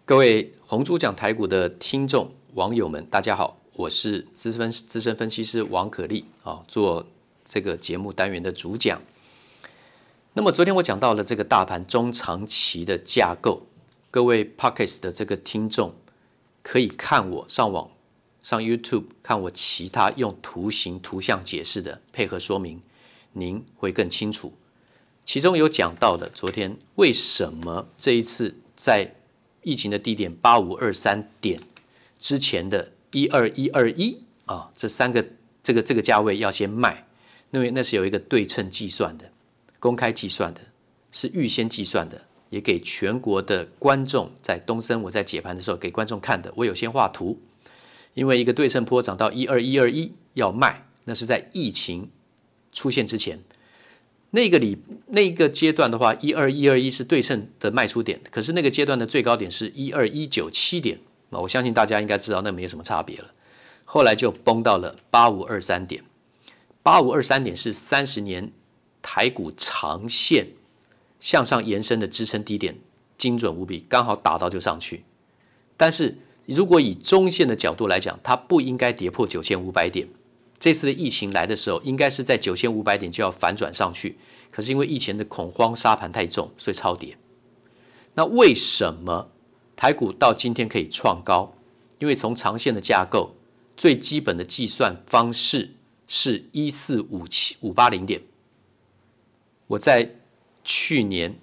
各位红猪讲台股的听众网友们，大家好，我是资深分析师王可立做这个节目单元的主讲。那么昨天我讲到了这个大盘中长期的架构，各位 Podcast 的这个听众可以看我上网上 YouTube 看我其他用图形图像解释的配合说明，您会更清楚。其中有讲到的，昨天为什么这一次在疫情的低点8523点之前的12121这三个这个价位要先卖，因为那是有一个对称计算的，公开计算的，是预先计算的，也给全国的观众在东森我在解盘的时候给观众看的，我有先画图。因为一个对称波涨到12121要卖，那是在疫情出现之前。那个阶段的话，12121是对称的卖出点，可是那个阶段的最高点是12197点，我相信大家应该知道那没什么差别了。后来就崩到了8523点，8523点是30年台股长线向上延伸的支撑低点，精准无比，刚好打到就上去。但是如果以中线的角度来讲，它不应该跌破9500点。这次的疫情来的时候，应该是在9500点就要反转上去，可是因为疫情的恐慌杀盘太重，所以超跌。那为什么台股到今天可以创高？因为从长线的架构，最基本的计算方式是14580点。我在去年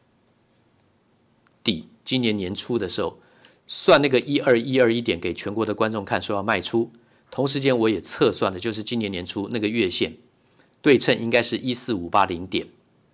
底、今年年初的时候，算那个12121点给全国的观众看，说要卖出。同时间我也测算了，就是今年年初那个月线对称应该是14580点。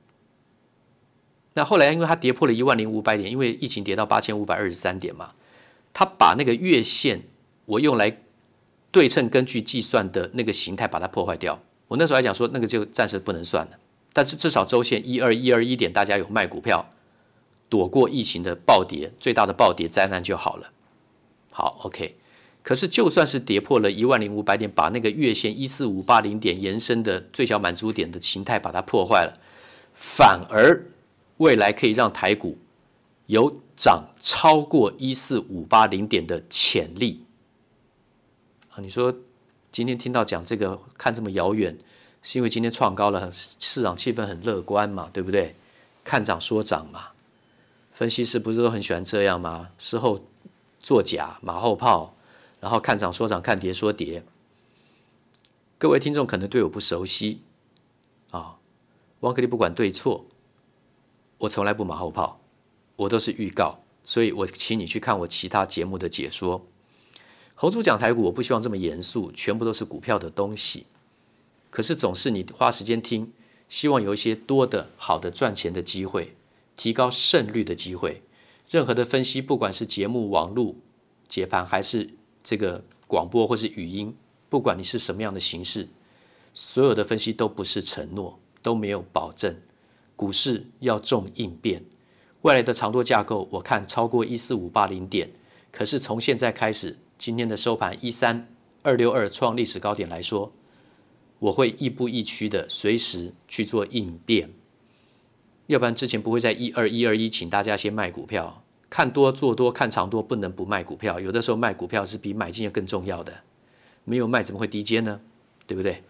那后来因为它跌破了10500点，因为疫情跌到8523点嘛，它把那个月线我用来对称根据计算的那个形态把它破坏掉。我那时候还讲说那个就暂时不能算了，但是至少周线12121点大家有卖股票，躲过疫情的暴跌，最大的暴跌灾难就好了。好 ，OK。可是就算是跌破了10500点，把那个月线14580点延伸的最小满足点的形态把它破坏了，反而未来可以让台股有涨超过14580点的潜力。你说今天听到讲这个看这么遥远，是因为今天创高了，市场气氛很乐观嘛，对不对？看涨说涨嘛，分析师不是都很喜欢这样吗？事后作假，马后炮。然后看涨说涨，看跌说跌。各位听众可能对我不熟悉王可立不管对错，我从来不马后炮，我都是预告，所以我请你去看我其他节目的解说。红猪讲台股，我不希望这么严肃，全部都是股票的东西。可是总是你花时间听，希望有一些多的好的赚钱的机会，提高胜率的机会。任何的分析，不管是节目、网路解盘，还是这个广播或是语音，不管你是什么样的形式，所有的分析都不是承诺，都没有保证。股市要重应变，未来的长多架构，我看超过14580点。可是从现在开始，今天的收盘13262创历史高点来说，我会亦步亦趋的随时去做应变，要不然之前不会在12121请大家先卖股票。看多做多，看长多不能不卖股票，有的时候卖股票是比买进更重要的，没有卖怎么会低接呢？对不对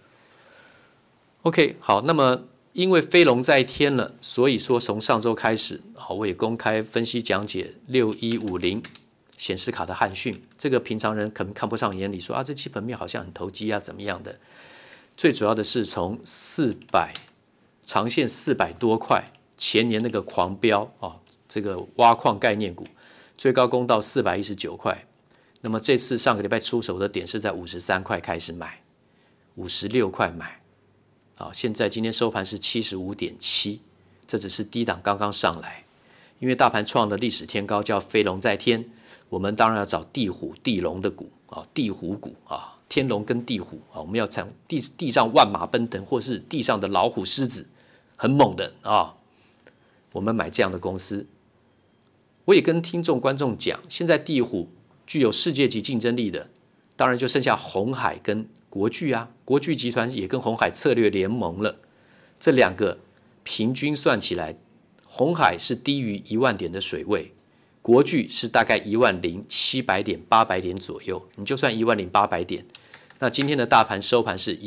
？OK， 好，那么因为飞龙在天了，所以说从上周开始，我也公开分析讲解6150显示卡的汉讯，这个平常人可能看不上眼里，说这基本面好像很投机怎么样的？最主要的是从长线400多块，前年那个狂飙这个挖矿概念股最高攻到419块，那么这次上个礼拜出手的点是在53块开始买，56块买，现在今天收盘是75.7，这只是低档刚刚上来，因为大盘创了历史天高，叫飞龙在天，我们当然要找地虎地龙的股地虎股天龙跟地虎我们要从地上万马奔腾，或是地上的老虎狮子很猛的我们买这样的公司。我也跟听众观众讲，现在地虎具有世界级竞争力的，当然就剩下鸿海跟国巨国巨集团也跟鸿海策略联盟了。这两个平均算起来，鸿海是低于1万点的水位， 国巨是大概10700点、800点左右，你就算10800点，那今天的大盘收盘是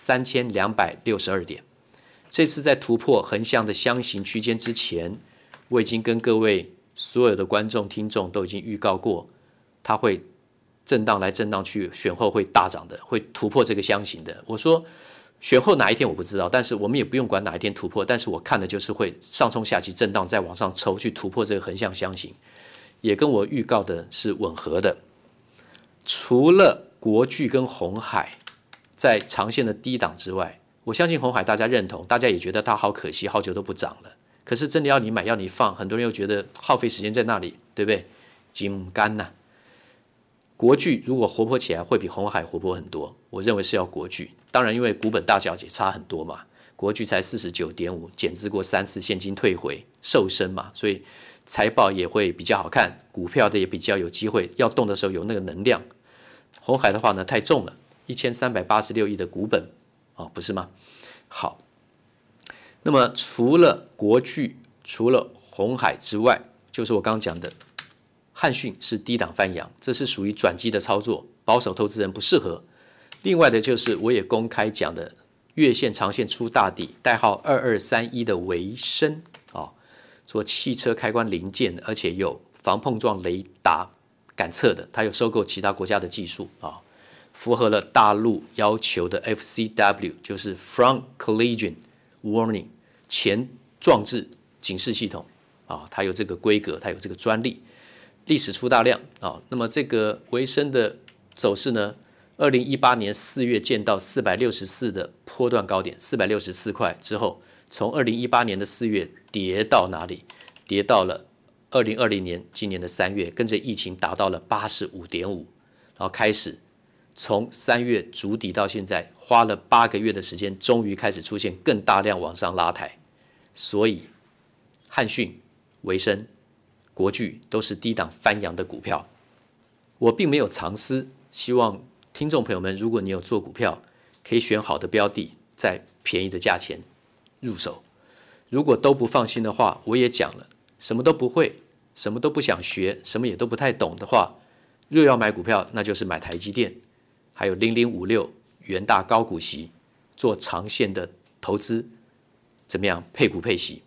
13262点。这次在突破横向的箱型区间之前，我已经跟各位所有的观众、听众都已经预告过，它会震荡来震荡去，选后会大涨的，会突破这个箱型的。我说选后哪一天我不知道，但是我们也不用管哪一天突破，但是我看的就是会上冲下起震荡，再往上抽去突破这个横向箱型，也跟我预告的是吻合的。除了国巨跟鸿海在长线的低档之外，我相信鸿海大家认同，大家也觉得它好可惜，好久都不涨了。可是真的要你买要你放，很多人又觉得耗费时间在那里，对不对？金干呐。国巨如果活泼起来，会比鸿海活泼很多。我认为是要国巨，当然因为股本大小也差很多嘛。国巨才49.5，减资过3次，现金退回，瘦身嘛，所以财报也会比较好看，股票的也比较有机会，要动的时候有那个能量。鸿海的话呢，太重了，1386亿的股本不是吗？好，那么除了国巨、除了鸿海之外，就是我刚刚讲的汉讯是低档翻扬，这是属于转机的操作，保守投资人不适合。另外的就是我也公开讲的月线、长线出大底，代号2231的微升做汽车开关零件的，而且有防碰撞雷达感测的，它有收购其他国家的技术符合了大陆要求的 FCW， 就是 Front Collision Warning 前撞置警示系统它有这个规格，它有这个专利，历史出大量那么这个微升的走势呢，2018年4月见到464的波段高点，464块之后，从2018年的4月跌到哪里？跌到了2020年今年的3月，跟着疫情达到了85.5，然后开始从3月筑底到现在，花了8个月的时间，终于开始出现更大量往上拉抬。所以汉讯、微升、国巨都是低档翻扬的股票。我并没有藏私，希望听众朋友们，如果你有做股票，可以选好的标的，在便宜的价钱入手。如果都不放心的话，我也讲了，什么都不会，什么都不想学，什么也都不太懂的话，若要买股票，那就是买台积电，还有0056元大高股息，做长线的投资，怎么样？配股配息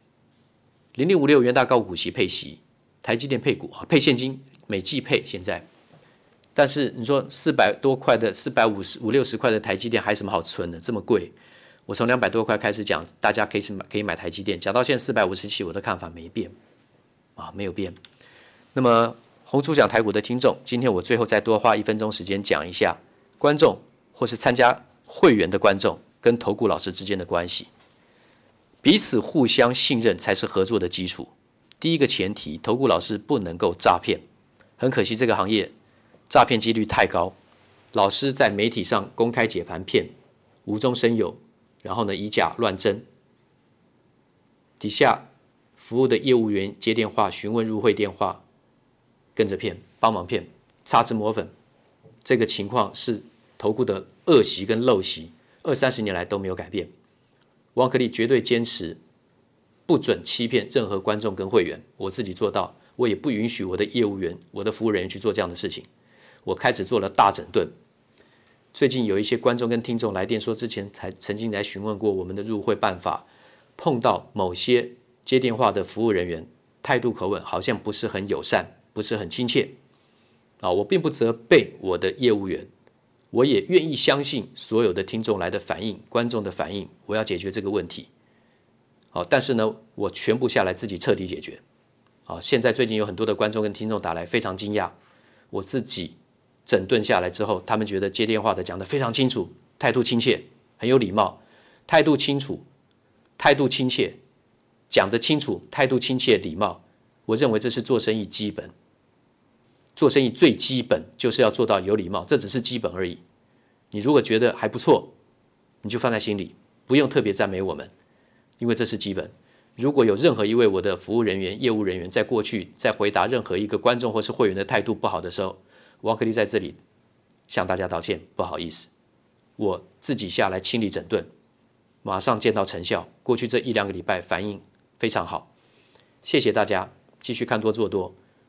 ，0056元大高股息配息，台积电配股配现金，每季配现在。但是你说400多块的450、60块的台积电还有什么好存的？这么贵，我从200多块开始讲，大家可以买台积电，讲到现在457，我的看法没变没有变。那么红猪讲台股的听众，今天我最后再多花1分钟时间讲一下观众或是参加会员的观众跟投顾老师之间的关系，彼此互相信任才是合作的基础。第一个前提，投顾老师不能够诈骗，很可惜这个行业诈骗几率太高，老师在媒体上公开解盘骗，无中生有，然后呢以假乱真，底下服务的业务员接电话询问入会电话，跟着骗，帮忙骗，擦脂抹粉，这个情况是投顾的恶习跟陋习，20-30年来都没有改变。王可立绝对坚持不准欺骗任何观众跟会员，我自己做到，我也不允许我的业务员、我的服务人员去做这样的事情。我开始做了大整顿。最近有一些观众跟听众来电说，之前才曾经来询问过我们的入会办法，碰到某些接电话的服务人员态度口吻好像不是很友善，不是很亲切我并不责备我的业务员，我也愿意相信所有的听众来的反应、观众的反应，我要解决这个问题但是呢，我全部下来自己彻底解决现在最近有很多的观众跟听众打来，非常惊讶，我自己整顿下来之后，他们觉得接电话的讲得非常清楚，态度亲切，很有礼貌，态度清楚，态度亲切，讲得清楚，态度亲切，礼貌，我认为这是做生意基本。做生意最基本就是要做到有礼貌，这只是基本而已。你如果觉得还不错，你就放在心里，不用特别赞美我们，因为这是基本。如果有任何一位我的服务人员、业务人员在过去在回答任何一个观众或是会员的态度不好的时候，王可立在这里向大家道歉，不好意思，我自己下来清理整顿，马上见到成效。过去这1-2个礼拜反应非常好，谢谢大家，继续看多做多。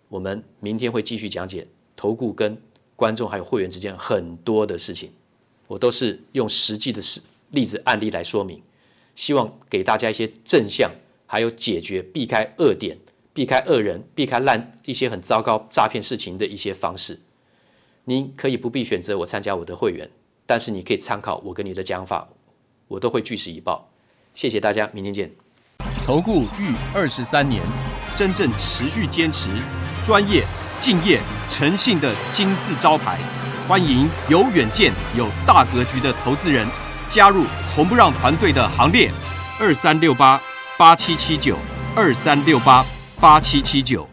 我们明天会继续讲解投顾跟观众还有会员之间很多的事情，我都是用实际的例子案例来说明，希望给大家一些正向，还有解决避开恶点、避开恶人、避开一些很糟糕诈骗事情的一些方式。您可以不必选择我参加我的会员，但是你可以参考我跟你的讲法，我都会据实以报。谢谢大家，明天见。 投顾逾23年，真正持续坚持、专业、敬业、诚信的金字招牌。欢迎有远见、有大格局的投资人加入红不让团队的行列。23688779，23688779。